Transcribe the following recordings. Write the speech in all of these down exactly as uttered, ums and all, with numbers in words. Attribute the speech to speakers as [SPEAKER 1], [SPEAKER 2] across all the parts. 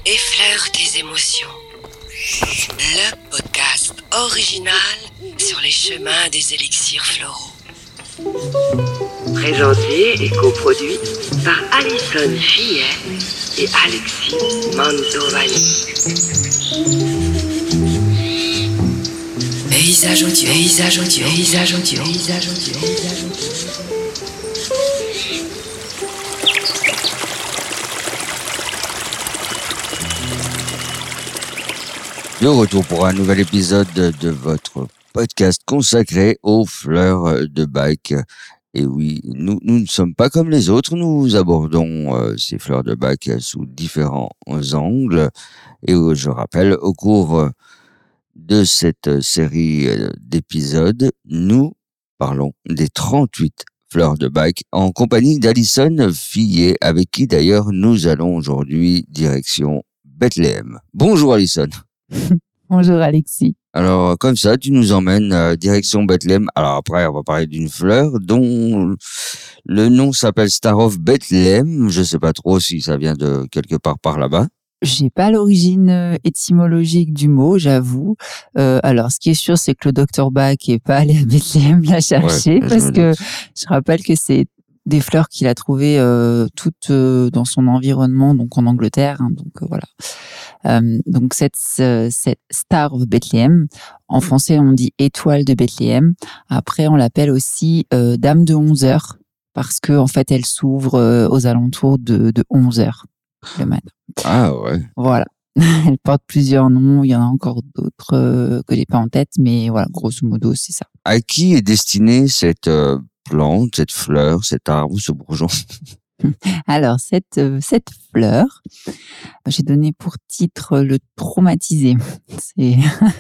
[SPEAKER 1] Effleure tes émotions. Le podcast original sur les chemins des élixirs floraux. Présenté et coproduit par Alison Fillet et Alexis Mantovani. Paysage audio, paysage audio, paysage audio, paysage audio, paysage audio.
[SPEAKER 2] De retour pour un nouvel épisode de votre podcast consacré aux fleurs de Bach. Et oui, nous, nous ne sommes pas comme les autres, nous abordons euh, ces fleurs de Bach sous différents angles. Et euh, je rappelle, au cours de cette série d'épisodes, nous parlons des trente-huit fleurs de Bach en compagnie d'Alison Fillet, avec qui d'ailleurs nous allons aujourd'hui direction Bethléem. Bonjour Alison.
[SPEAKER 3] Bonjour Alexis.
[SPEAKER 2] Alors, comme ça, tu nous emmènes euh, direction Bethléem. Alors après, on va parler d'une fleur dont le nom s'appelle Star of Bethléem. Je sais pas trop si ça vient de quelque part par là-bas.
[SPEAKER 3] J'ai pas l'origine étymologique du mot, j'avoue. Euh, alors, ce qui est sûr, c'est que le docteur Bach est pas allé à Bethléem la chercher,
[SPEAKER 2] Ouais,
[SPEAKER 3] parce
[SPEAKER 2] je
[SPEAKER 3] que
[SPEAKER 2] doute.
[SPEAKER 3] je rappelle que c'est des fleurs qu'il a trouvées euh, toutes euh, dans son environnement, donc en Angleterre. Hein, donc euh, voilà. Euh, donc cette, cette Star of Bethléem, en français on dit étoile de Bethléem. Après on l'appelle aussi euh, Dame de onze heures parce que en fait elle s'ouvre euh, aux alentours de, de onze heures le matin.
[SPEAKER 2] Ah ouais.
[SPEAKER 3] Voilà. Elle porte plusieurs noms. Il y en a encore d'autres euh, que j'ai pas en tête, mais voilà, grosso modo c'est ça.
[SPEAKER 2] À qui est destinée cette euh, plante, cette fleur, cet arbre, ce bourgeon?
[SPEAKER 3] Alors, cette, euh, cette fleur, j'ai donné pour titre le traumatisé. C'est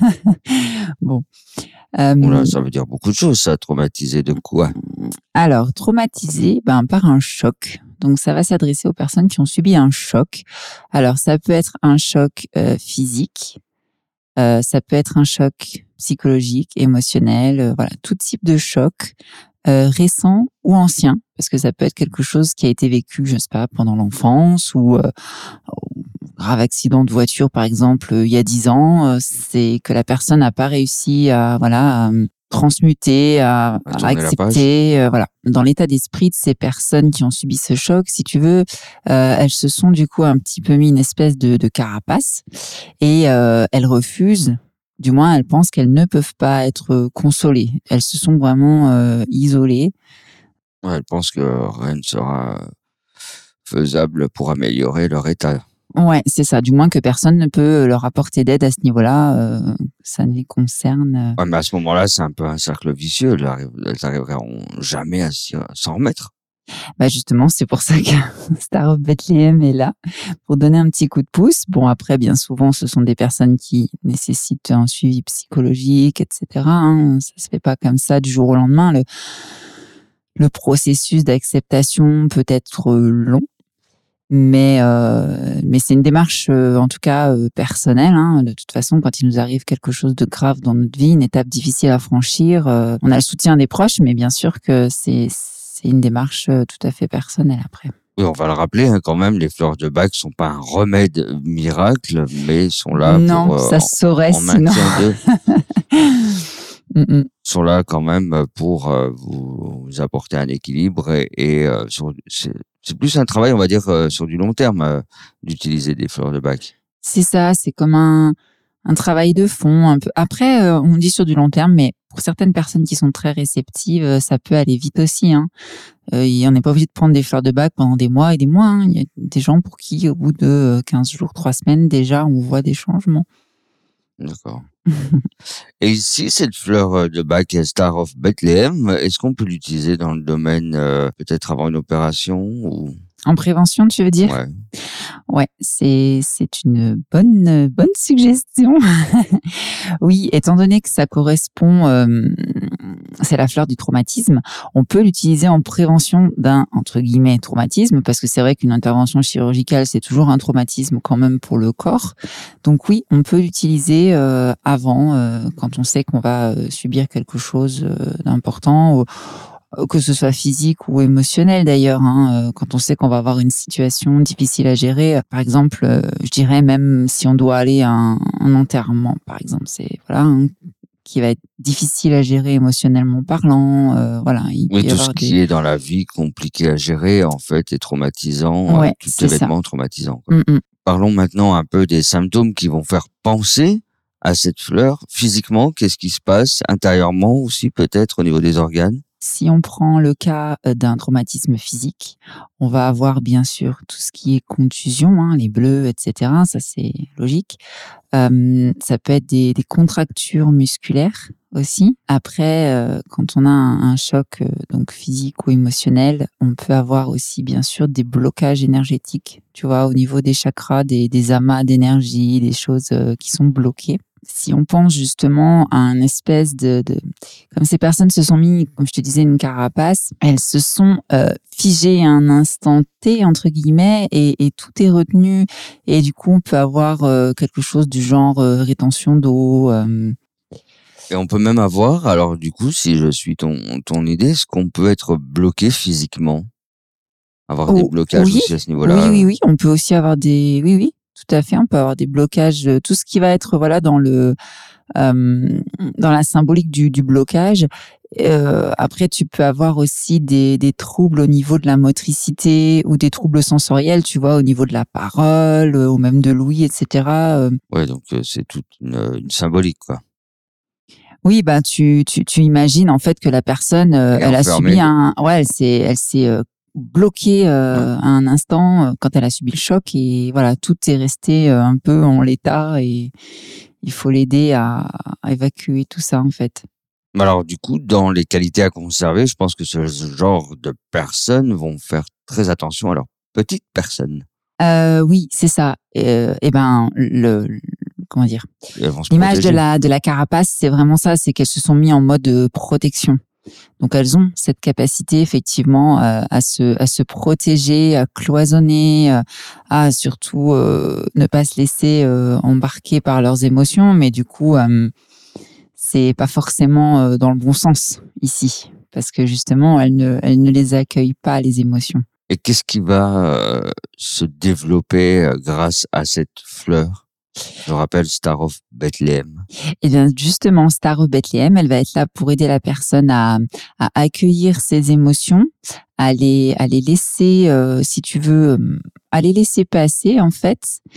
[SPEAKER 3] bon. Euh,
[SPEAKER 2] Oula, ça veut dire beaucoup de choses, ça. Traumatisé de quoi?
[SPEAKER 3] alors, traumatisé ben, par un choc. Donc, ça va s'adresser aux personnes qui ont subi un choc. Alors, ça peut être un choc euh, physique, euh, ça peut être un choc psychologique, émotionnel, euh, voilà, tout type de choc. Euh, récent ou ancien, parce que ça peut être quelque chose qui a été vécu, je sais pas, pendant l'enfance ou euh, grave accident de voiture par exemple euh, il y a dix ans, euh, c'est que la personne n'a pas réussi à voilà à transmuter, à,
[SPEAKER 2] À
[SPEAKER 3] à
[SPEAKER 2] tourner la page.
[SPEAKER 3] accepter, euh, voilà. Dans l'état d'esprit de ces personnes qui ont subi ce choc, si tu veux, euh, elles se sont du coup un petit peu mis une espèce de, de carapace et euh, elles refusent. Du moins, elles pensent qu'elles ne peuvent pas être consolées. Elles se sont vraiment euh, isolées.
[SPEAKER 2] Ouais, elle pense que rien ne sera faisable pour améliorer leur état.
[SPEAKER 3] Ouais, c'est ça. Du moins que personne ne peut leur apporter d'aide à ce niveau-là. Euh, ça ne les concerne.
[SPEAKER 2] Ouais, mais à ce moment-là, c'est un peu un cercle vicieux. Elles arri- elles n'arriveront jamais à s'y- à s'en remettre.
[SPEAKER 3] Bah justement, c'est pour ça que Star of Bethléem est là, pour donner un petit coup de pouce. Bon, après, bien souvent, ce sont des personnes qui nécessitent un suivi psychologique, et cetera. Hein. Ça se fait pas comme ça du jour au lendemain. Le, le processus d'acceptation peut être long. Mais euh, mais c'est une démarche euh, en tout cas euh, personnelle. Hein. De toute façon, quand il nous arrive quelque chose de grave dans notre vie, une étape difficile à franchir, euh, on a le soutien des proches, mais bien sûr que c'est c'est une démarche euh, tout à fait personnelle après.
[SPEAKER 2] Oui, on va le rappeler, hein, quand même, les fleurs de Bach sont pas un remède miracle, mais sont là
[SPEAKER 3] non,
[SPEAKER 2] pour, euh,
[SPEAKER 3] ça se saurait
[SPEAKER 2] en
[SPEAKER 3] sinon.
[SPEAKER 2] maintien de,
[SPEAKER 3] Mm, mm.
[SPEAKER 2] sont là quand même pour euh, vous, vous apporter un équilibre et, et euh, sur, c'est, c'est plus un travail, on va dire, euh, sur du long terme, euh, d'utiliser des fleurs de Bach.
[SPEAKER 3] C'est ça, c'est comme un un travail de fond un peu. Après, euh, on dit sur du long terme, mais pour certaines personnes qui sont très réceptives, euh, ça peut aller vite aussi. Hein. Euh, et on n'est pas obligé de prendre des fleurs de Bach pendant des mois et des mois. Hein. Il y a des gens pour qui, au bout de quinze jours, trois semaines, déjà, on voit des changements.
[SPEAKER 2] D'accord. Et ici, cette fleur euh, de Bach, Star of Bethléem, est-ce qu'on peut l'utiliser dans le domaine, euh, peut-être avant une opération ou...
[SPEAKER 3] En prévention, tu veux dire?
[SPEAKER 2] Ouais.
[SPEAKER 3] Ouais, c'est c'est une bonne bonne suggestion. Oui, étant donné que ça correspond, euh, c'est la fleur du traumatisme, on peut l'utiliser en prévention d'un entre guillemets traumatisme parce que c'est vrai qu'une intervention chirurgicale c'est toujours un traumatisme quand même pour le corps. Donc oui, on peut l'utiliser euh, avant euh, quand on sait qu'on va euh, subir quelque chose euh, d'important. Ou, que ce soit physique ou émotionnel d'ailleurs. Hein, quand on sait qu'on va avoir une situation difficile à gérer, par exemple, je dirais même si on doit aller à un, un enterrement, par exemple, c'est voilà. Hein, qui va être difficile à gérer émotionnellement parlant. Euh, voilà, il
[SPEAKER 2] Oui,
[SPEAKER 3] peut y
[SPEAKER 2] tout ce
[SPEAKER 3] avoir
[SPEAKER 2] qui
[SPEAKER 3] des...
[SPEAKER 2] est dans la vie compliqué à gérer, en fait, est traumatisant,
[SPEAKER 3] Ouais,
[SPEAKER 2] euh, tout
[SPEAKER 3] c'est
[SPEAKER 2] événement
[SPEAKER 3] ça.
[SPEAKER 2] traumatisant. Quoi.
[SPEAKER 3] Mm-mm.
[SPEAKER 2] Parlons maintenant un peu des symptômes qui vont faire penser à cette fleur. Physiquement, qu'est-ce qui se passe intérieurement aussi, peut-être au niveau des organes?
[SPEAKER 3] Si on prend le cas d'un traumatisme physique, on va avoir bien sûr tout ce qui est contusion, hein, les bleus, et cetera. Ça, c'est logique. Euh, ça peut être des, des contractures musculaires aussi. Après, euh, quand on a un, un choc euh, donc physique ou émotionnel, on peut avoir aussi bien sûr des blocages énergétiques, tu vois, au niveau des chakras, des, des amas d'énergie, des choses euh, qui sont bloquées. Si on pense justement à un espèce de, de... Comme ces personnes se sont mis, comme je te disais, une carapace, elles se sont euh, figées à un instant T, entre guillemets, et, et tout est retenu. Et du coup, on peut avoir euh, quelque chose du genre euh, rétention d'eau. Euh...
[SPEAKER 2] Et on peut même avoir, alors du coup, si je suis ton, ton idée, est-ce qu'on peut être bloqué physiquement? Avoir oh, des blocages
[SPEAKER 3] oui,
[SPEAKER 2] aussi à ce niveau-là?
[SPEAKER 3] Oui, oui, oui. On peut aussi avoir des... Oui, oui. Tout à fait, on peut avoir des blocages, tout ce qui va être voilà dans le euh, dans la symbolique du, du blocage. Euh, après, tu peux avoir aussi des, des troubles au niveau de la motricité ou des troubles sensoriels, tu vois, au niveau de la parole ou même de l'ouïe, et cetera.
[SPEAKER 2] Ouais, donc euh, c'est toute une, une symbolique, quoi.
[SPEAKER 3] Oui, bah tu tu tu imagines en fait que la personne, euh, elle a subi un, ouais, elle s'est elle s'est euh, bloquée euh, à un instant euh, quand elle a subi le choc et voilà, tout est resté euh, un peu en l'état et il faut l'aider à, à évacuer tout ça en fait.
[SPEAKER 2] Alors du coup, dans les qualités à conserver, je pense que ce genre de personnes vont faire très attention à leur petite personne.
[SPEAKER 3] Euh, oui, c'est ça. Euh, et ben le, le comment dire, l'image de la de la carapace, c'est vraiment ça, c'est qu'elles se sont mis en mode de protection. Donc elles ont cette capacité effectivement euh, à se à se protéger, à cloisonner, euh, à surtout euh, ne pas se laisser euh, embarquer par leurs émotions, mais du coup euh, c'est pas forcément euh, dans le bon sens ici parce que justement elles ne elles ne les accueillent pas les émotions.
[SPEAKER 2] Et qu'est-ce qui va euh, se développer euh, grâce à cette fleur? Je rappelle Star of Bethlehem.
[SPEAKER 3] Eh bien, justement, Star of Bethlehem, elle va être là pour aider la personne à, à accueillir ses émotions, à les, à les laisser, euh, si tu veux, à les laisser passer, en fait,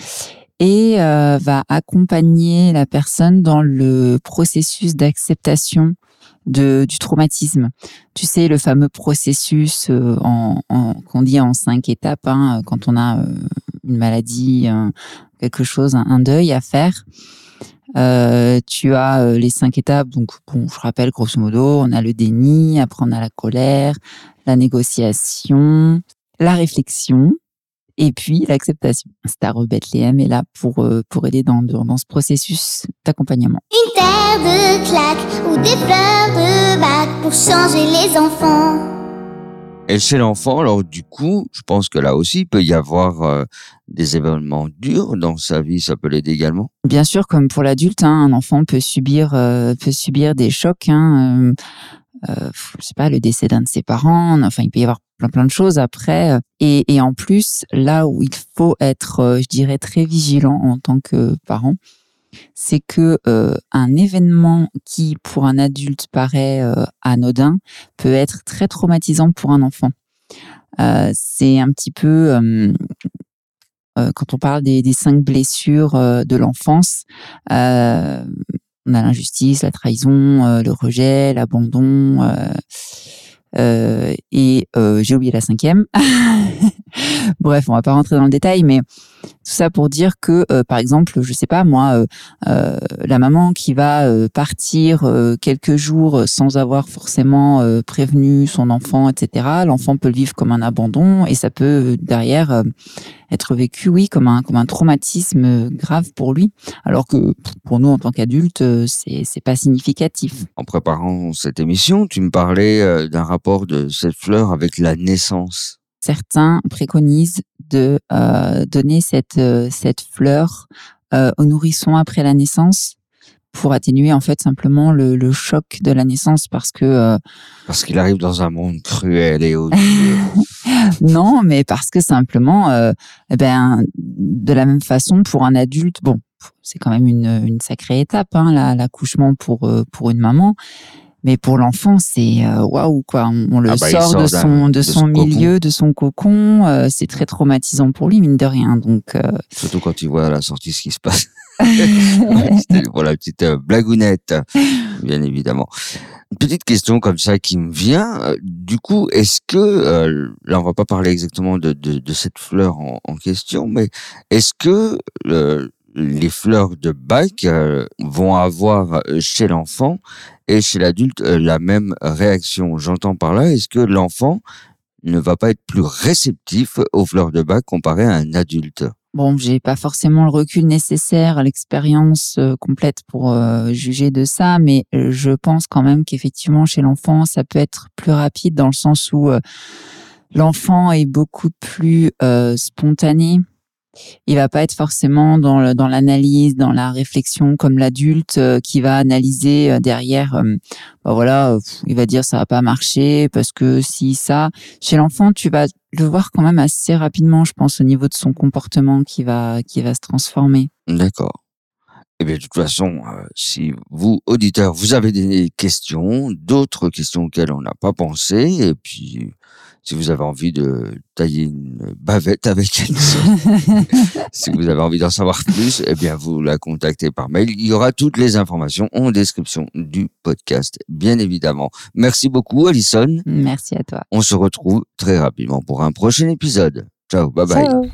[SPEAKER 3] et euh, va accompagner la personne dans le processus d'acceptation de, du traumatisme. Tu sais, le fameux processus euh, en, en, qu'on dit en cinq étapes, hein, quand on a euh, une maladie, un, quelque chose, un, un deuil à faire. Euh, tu as euh, les cinq étapes, donc bon, je rappelle grosso modo, on a le déni, après on a la colère, la négociation, la réflexion, et puis l'acceptation. Star of Bethlehem est là pour, euh, pour aider dans, dans ce processus d'accompagnement.
[SPEAKER 4] Une terre de claques ou des fleurs de bac pour changer les enfants.
[SPEAKER 2] Et chez l'enfant, alors du coup, je pense que là aussi, il peut y avoir euh, des événements durs dans sa vie, ça peut l'aider également.
[SPEAKER 3] Bien sûr, comme pour l'adulte, hein, un enfant peut subir, euh, peut subir des chocs. Hein, euh, euh, je sais pas, le décès d'un de ses parents. Enfin, il peut y avoir plein plein de choses après. Et, et en plus, là où il faut être, euh, je dirais, très vigilant en tant que parent, c'est que euh, un événement qui, pour un adulte, paraît euh, anodin, peut être très traumatisant pour un enfant. Euh, c'est un petit peu, euh, euh, quand on parle des, des cinq blessures euh, de l'enfance, euh, on a l'injustice, la trahison, euh, le rejet, l'abandon, euh, euh, et euh, j'ai oublié la cinquième. Bref, on va pas rentrer dans le détail, mais tout ça pour dire que, euh, par exemple, je sais pas moi, euh, euh, la maman qui va euh, partir euh, quelques jours sans avoir forcément euh, prévenu son enfant, et cetera. L'enfant peut le vivre comme un abandon et ça peut derrière euh, être vécu, oui, comme un comme un traumatisme grave pour lui, alors que pour nous en tant qu'adultes, c'est c'est pas significatif.
[SPEAKER 2] En préparant cette émission, tu me parlais euh, d'un rapport de cette fleur avec la naissance.
[SPEAKER 3] Certains préconisent de euh, donner cette, euh, cette fleur euh, aux nourrissons après la naissance pour atténuer en fait simplement le, le choc de la naissance parce que euh,
[SPEAKER 2] Parce qu'il arrive dans un monde cruel et odieux.
[SPEAKER 3] non, mais parce que simplement, euh, eh ben, de la même façon pour un adulte, bon, c'est quand même une, une sacrée étape, hein, la, l'accouchement pour euh, pour une maman. Mais pour l'enfant, c'est euh, waouh quoi. On, on le
[SPEAKER 2] Ah bah, il
[SPEAKER 3] sort,
[SPEAKER 2] sort
[SPEAKER 3] de
[SPEAKER 2] d'un-
[SPEAKER 3] son de
[SPEAKER 2] de
[SPEAKER 3] son
[SPEAKER 2] son
[SPEAKER 3] milieu, de son cocon. euh, c'est très traumatisant pour lui, mine de rien. Donc, euh,
[SPEAKER 2] Surtout quand tu vois à la sortie ce qui se passe. C'était pour la petite euh, blagounette, bien évidemment. Une petite question comme ça qui me vient. euh, Du coup, est-ce que, euh, là on va pas parler exactement de, de, de cette fleur en, en question, mais est-ce que euh, les fleurs de Bach euh, vont avoir euh, chez l'enfant et chez l'adulte euh, la même réaction? J'entends par là, est-ce que l'enfant ne va pas être plus réceptif aux fleurs de Bach comparé à un adulte?
[SPEAKER 3] bon, j'ai pas forcément le recul nécessaire, l'expérience euh, complète pour euh, juger de ça, mais euh, je pense quand même qu'effectivement chez l'enfant, ça peut être plus rapide dans le sens où euh, l'enfant est beaucoup plus euh, spontané. Il va pas être forcément dans le, dans l'analyse, dans la réflexion comme l'adulte euh, qui va analyser euh, derrière. euh, bah voilà, euh, pff, il va dire ça va pas marcher parce que si ça. Chez l'enfant, tu vas le voir quand même assez rapidement, je pense, au niveau de son comportement qui va qui va se transformer.
[SPEAKER 2] D'accord. Eh bien, de toute façon, euh, si vous, auditeurs, vous avez des questions, d'autres questions auxquelles on n'a pas pensé, et puis si vous avez envie de tailler une bavette avec elle, si vous avez envie d'en savoir plus, eh bien, vous la contactez par mail. Il y aura toutes les informations en description du podcast, bien évidemment. Merci beaucoup, Alison.
[SPEAKER 3] Merci à toi.
[SPEAKER 2] On se retrouve très rapidement pour un prochain épisode. Ciao, bye bye.
[SPEAKER 3] Ciao.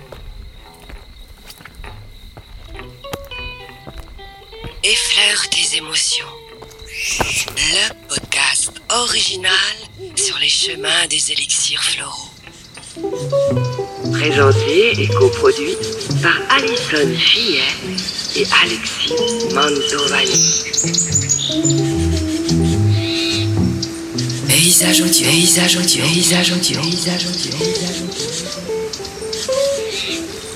[SPEAKER 1] Effleure tes émotions. Le podcast original sur les chemins des élixirs floraux. Présenté et coproduit par Alison Fillet et Alexis Mantovani. Paysage audio, paysage audio, paysage audio, paysage audio, paysage audio.